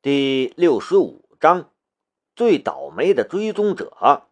第65章，最倒霉的追踪者。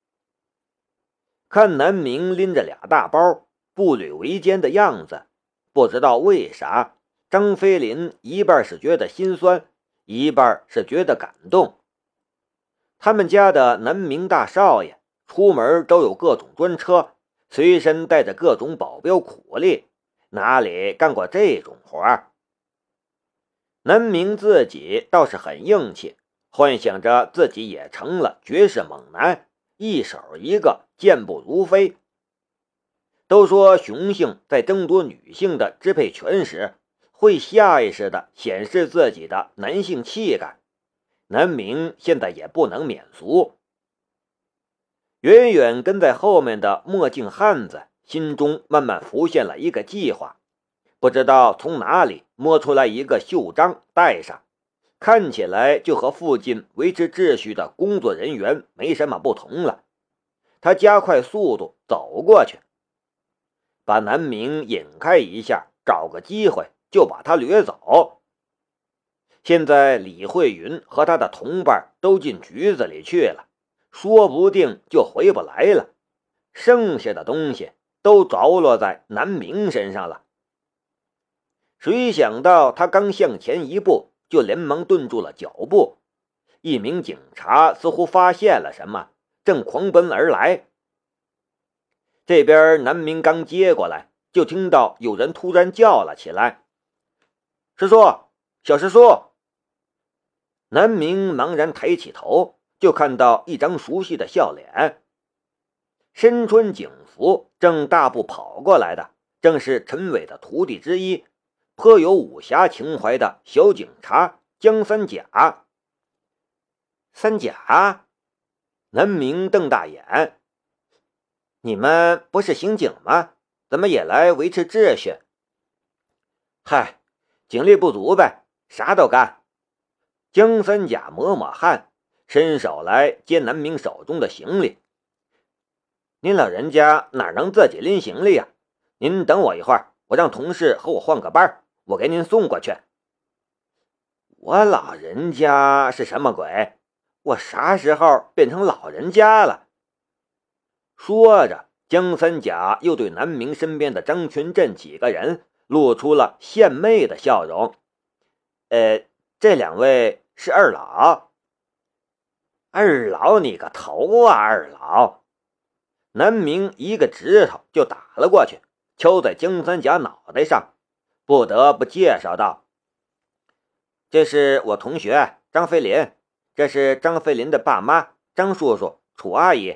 看南明拎着俩大包，步履维艰的样子，不知道为啥，张飞林一半是觉得心酸，一半是觉得感动。他们家的南明大少爷出门都有各种专车，随身带着各种保镖苦力，哪里干过这种活儿？南明自己倒是很硬气，幻想着自己也成了绝世猛男，一手一个，健步如飞。都说雄性在争夺女性的支配权时，会下意识地显示自己的男性气概，南明现在也不能免俗。远远跟在后面的墨镜汉子心中慢慢浮现了一个计划，不知道从哪里摸出来一个袖章戴上，看起来就和附近维持秩序的工作人员没什么不同了。他加快速度走过去，把南明引开一下，找个机会就把他掠走。现在李慧云和他的同伴都进局子里去了，说不定就回不来了，剩下的东西都着落在南明身上了。谁想到他刚向前一步，就连忙顿住了脚步。一名警察似乎发现了什么，正狂奔而来。这边南明刚接过来，就听到有人突然叫了起来：“师叔，小师叔！”南明茫然抬起头，就看到一张熟悉的笑脸。身穿警服正大步跑过来的，正是陈伟的徒弟之一，颇有武侠情怀的小警察江三甲。三甲？南明瞪大眼：“你们不是刑警吗？怎么也来维持秩序？”“嗨，警力不足呗，啥都干。”江三甲抹抹汗，伸手来接南明手中的行李。“您老人家哪能自己拎行李呀？您等我一会儿，我让同事和我换个班，我给您送过去。”“我老人家是什么鬼？我啥时候变成老人家了？”说着，江三甲又对南明身边的张全镇几个人露出了献媚的笑容。“这两位是二老。”“二老你个头啊，二老！”南明一个指头就打了过去，敲在江三甲脑袋上，不得不介绍道：“这是我同学张飞林，这是张飞林的爸妈张叔叔、楚阿姨。”“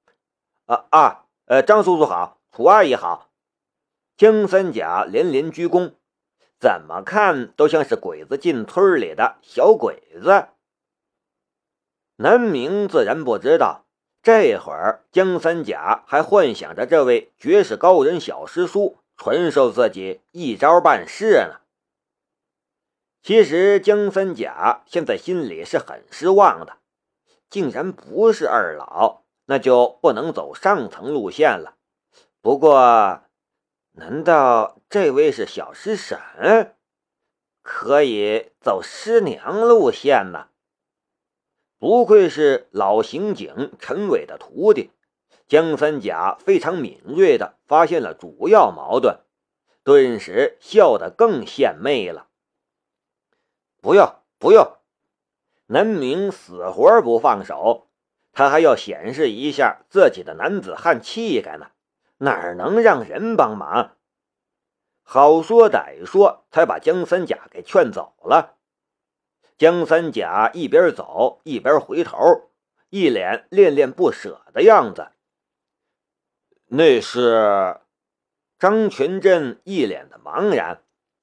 张叔叔好，楚阿姨好。”江三甲连连鞠躬，怎么看都像是鬼子进村里的小鬼子。南明自然不知道，这会儿江三甲还幻想着这位绝世高人小师叔传授自己一招办事呢。其实江三甲现在心里是很失望的，竟然不是二老，那就不能走上层路线了。不过，难道这位是小师婶？可以走师娘路线呢？不愧是老刑警陈伟的徒弟，江三甲非常敏锐地发现了主要矛盾，顿时笑得更献媚了。“不用，不用！”南明死活不放手，他还要显示一下自己的男子汉气概呢，哪能让人帮忙？好说歹说，才把江三甲给劝走了。江三甲一边走一边回头，一脸恋恋不舍的样子。“那是……”张全镇一脸的茫然。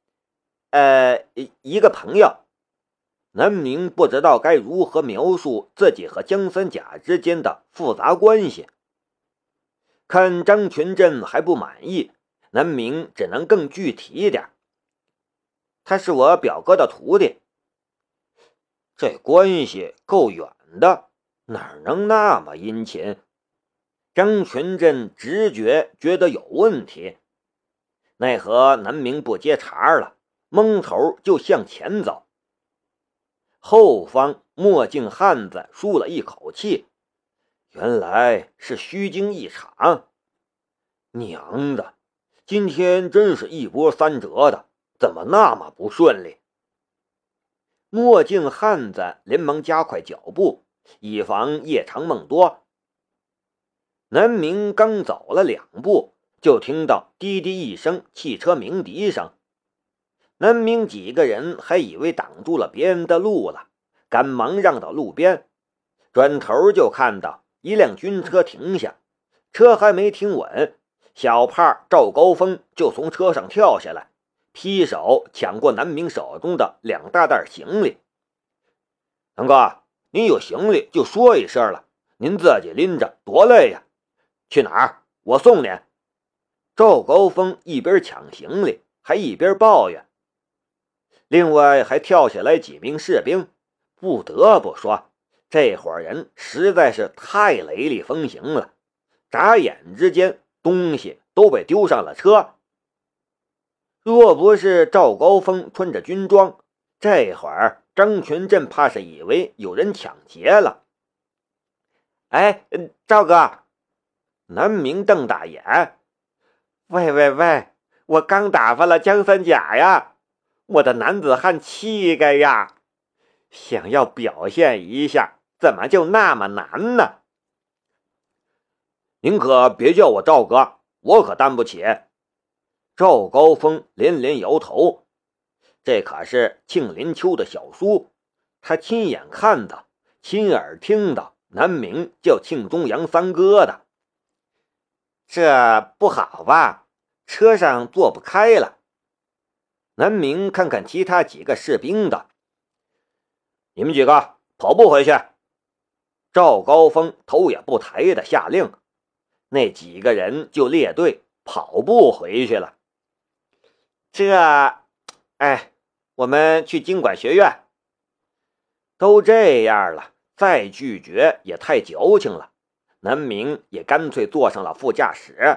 一个朋友。”南明不知道该如何描述自己和江三甲之间的复杂关系。看张全镇还不满意，南明只能更具体一点。“他是我表哥的徒弟。”这关系够远的，哪能那么殷勤？张全镇直觉觉得有问题，奈何南明不接茬了，蒙头就向前走。 后方墨镜汉子舒了一口气，原来是虚惊一场。娘的，今天真是一波三折的，怎么那么不顺利？墨镜汉子连忙加快脚步，以防夜长梦多。南明刚走了2步，就听到滴滴一声汽车鸣笛声。南明几个人还以为挡住了别人的路了，赶忙让到路边，转头就看到一辆军车停下，车还没停稳，小胖赵高峰就从车上跳下来，劈手抢过南明手中的2大袋行李。南哥，您有行李就说一声了，您自己拎着多累呀！去哪儿？我送您。赵高峰一边抢行李还一边抱怨。另外还跳下来几名士兵，不得不说这伙人实在是太雷厉风行了，眨眼之间东西都被丢上了车。若不是赵高峰穿着军装，这会儿张全振怕是以为有人抢劫了。哎，赵哥！南明瞪大眼，喂，我刚打发了江三甲呀，我的男子汉气概呀，想要表现一下，怎么就那么难呢？您可别叫我赵哥，我可担不起。赵高峰连连摇头，这可是庆林秋的小叔，他亲眼看到，亲耳听到南明叫庆中阳三哥的。这不好吧，车上坐不开了。南明看看其他几个士兵的，你们几个跑步回去。赵高峰头也不抬的下令，那几个人就列队跑步回去了。我们去经管学院。都这样了，再拒绝也太矫情了。南明也干脆坐上了副驾驶。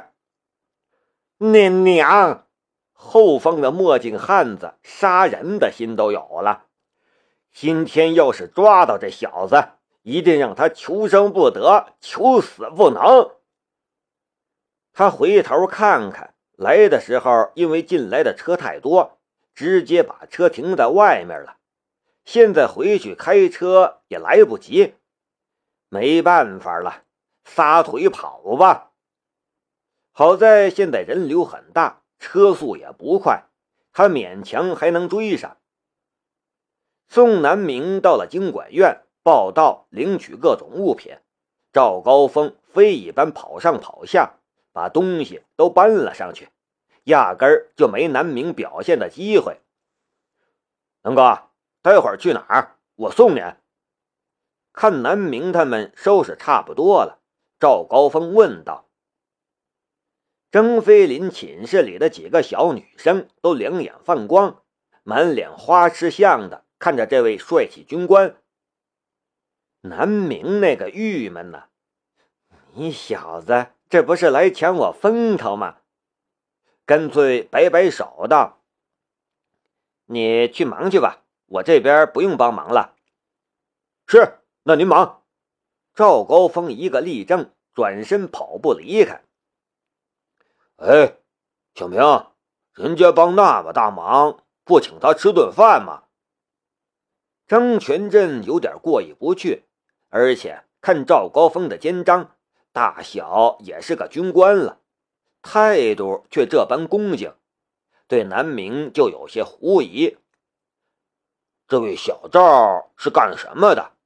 娘！后方的墨镜汉子杀人的心都有了。今天要是抓到这小子，一定让他求生不得，求死不能。他回头看看，来的时候因为进来的车太多，直接把车停在外面了。现在回去开车也来不及，没办法了，撒腿跑吧。好在现在人流很大，车速也不快，他勉强还能追上。宋南明到了经管院报到，领取各种物品。赵高峰飞一般跑上跑下，把东西都搬了上去，压根儿就没南明表现的机会。南哥，待会儿去哪儿？我送您。看南明他们收拾差不多了，赵高峰问道。张飞林寝室里的几个小女生都两眼放光，满脸花痴相的看着这位帅气军官。南明那个郁闷呢，你小子这不是来抢我风头吗？干脆摆摆手道，你去忙去吧，我这边不用帮忙了。是，那您忙。赵高峰一个立正，转身跑步离开。哎，小明，人家帮那么大忙，不请他吃顿饭吗？张全振有点过意不去，而且看赵高峰的肩章，大小也是个军官了，态度却这般恭敬，对南明就有些狐疑。这位小赵是干什么的？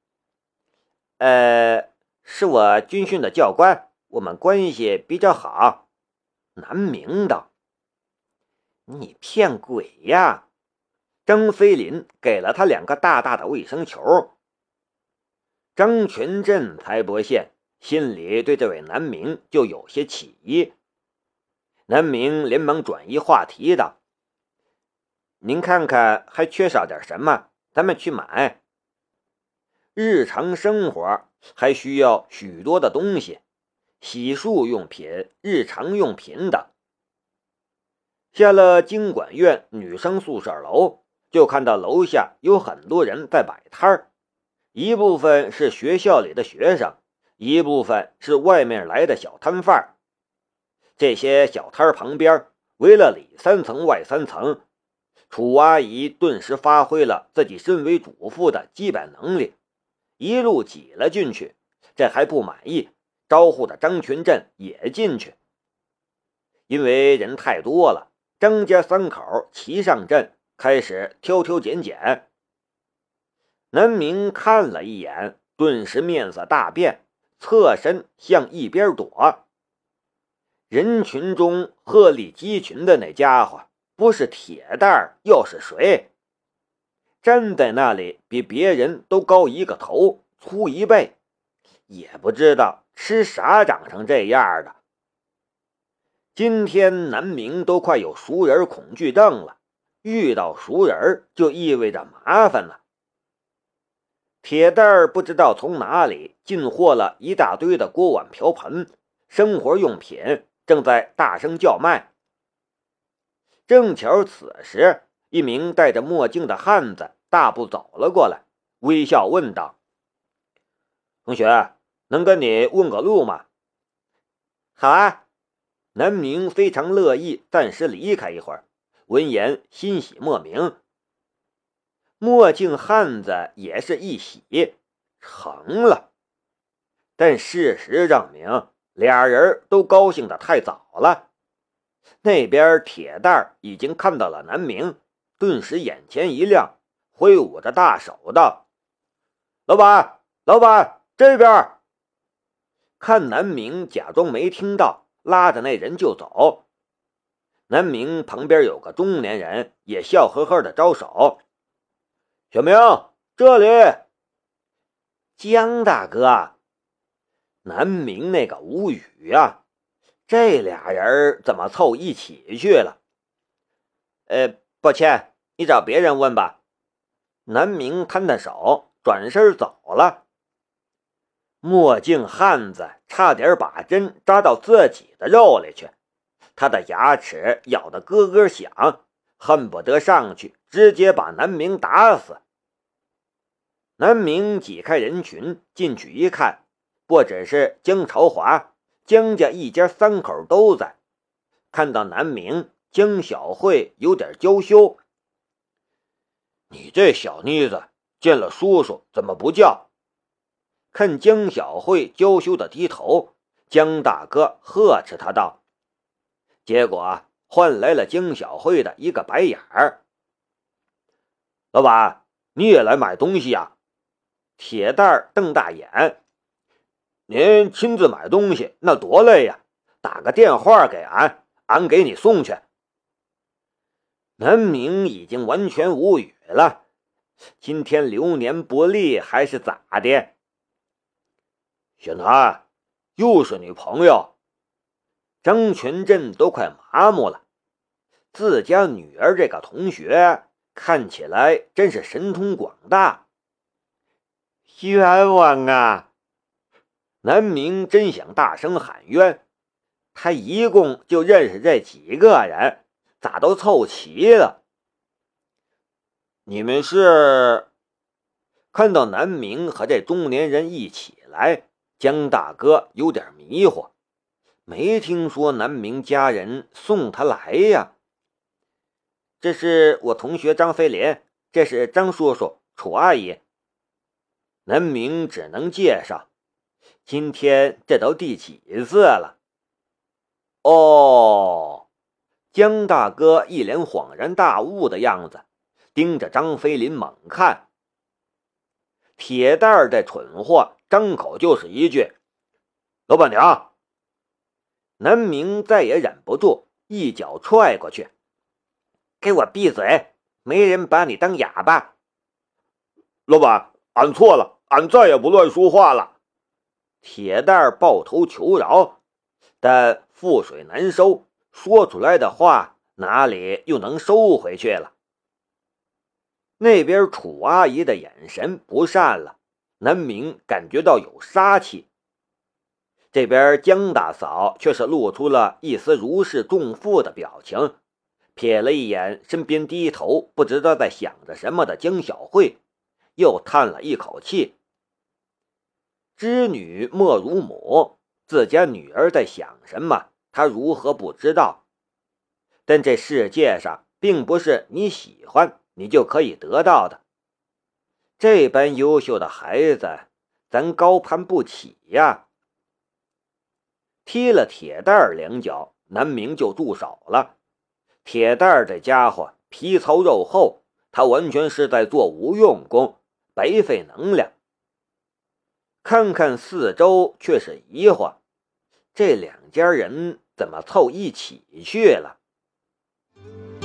是我军训的教官，我们关系比较好。南明道。你骗鬼呀！张飞林给了他2个大大的卫生球。张全振才不信，心里对这位南明就有些起疑。南明连忙转移话题道，您看看还缺少点什么，咱们去买。日常生活还需要许多的东西，洗漱用品、日常用品等。下了经管院女生宿舍楼， 就看到楼下有很多人在摆摊儿，一部分是学校里的学生，一部分是外面来的小摊贩。这些小摊旁边围了里3层外3层，楚阿姨顿时发挥了自己身为主妇的基本能力，一路挤了进去。这还不满意，招呼着张群振也进去。因为人太多了，张家3口齐上阵，开始挑挑拣拣。南明看了一眼，顿时面色大变，侧身向一边躲。人群中鹤立鸡群的那家伙，不是铁蛋又是谁？站在那里比别人都高1个头，粗1倍，也不知道吃啥长成这样的。今天南明都快有熟人恐惧症了，遇到熟人就意味着麻烦了。铁蛋儿不知道从哪里进货了一大堆的锅碗瓢盆，生活用品正在大声叫卖。正巧此时，一名戴着墨镜的汉子大步走了过来，微笑问道：“同学，能跟你问个路吗？”“好啊。”南明非常乐意暂时离开一会儿，闻言欣喜莫名。墨镜汉子也是一喜，成了。但事实证明，俩人都高兴得太早了。那边铁蛋已经看到了南明，顿时眼前一亮，挥舞着大手道：“老板，老板，这边！”看南明假装没听到，拉着那人就走。南明旁边有个中年人也笑呵呵的招手：“小明，这里。”“江大哥。”南明那个无语啊，这俩人怎么凑一起去了？抱歉，你找别人问吧。南明摊摊手，转身走了。墨镜汉子差点把针扎到自己的肉里去，他的牙齿咬得咯咯响，恨不得上去直接把南明打死。南明挤开人群进去一看，不只是江朝华，江家一家3口都在。看到南明，江小慧有点娇羞：“你这小妮子，见了叔叔怎么不叫？”看江小慧娇羞的低头，江大哥呵斥他道，结果换来了江小慧的一个白眼儿。“老板，你也来买东西呀？”铁蛋瞪大眼：“您亲自买东西那多累呀，打个电话给俺，俺给你送去。”南明已经完全无语了，今天流年不利还是咋的？小南，又是女朋友？张全振都快麻木了，自家女儿这个同学看起来真是神通广大。冤枉啊！南明真想大声喊冤，他一共就认识这几个人，咋都凑齐了？你们是？看到南明和这中年人一起来，江大哥有点迷糊，没听说南明家人送他来呀。这是我同学张飞林，这是张叔叔、楚阿姨。南明只能介绍，今天这都第几次了？哦，江大哥一脸恍然大悟的样子，盯着张飞林猛看。铁蛋这蠢货张口就是一句：“老板娘！”南明再也忍不住，一脚踹过去：“给我闭嘴！没人把你当哑巴！”“老板，俺错了，俺再也不乱说话了。”铁蛋抱头求饶，但覆水难收，说出来的话哪里又能收回去了？那边楚阿姨的眼神不善了，南明感觉到有杀气。这边江大嫂却是露出了一丝如释重负的表情， 瞥了一眼身边低头不知道在想着什么的江小慧，又叹了一口气。知女莫如母，自家女儿在想什么，她如何不知道？但这世界上并不是你喜欢你就可以得到的，这般优秀的孩子，咱高攀不起呀。踢了铁蛋儿两脚，南明就住手了。铁蛋儿这家伙皮糙肉厚，他完全是在做无用功，白费能量。看看四周，却是疑惑，这两家人怎么凑一起去了？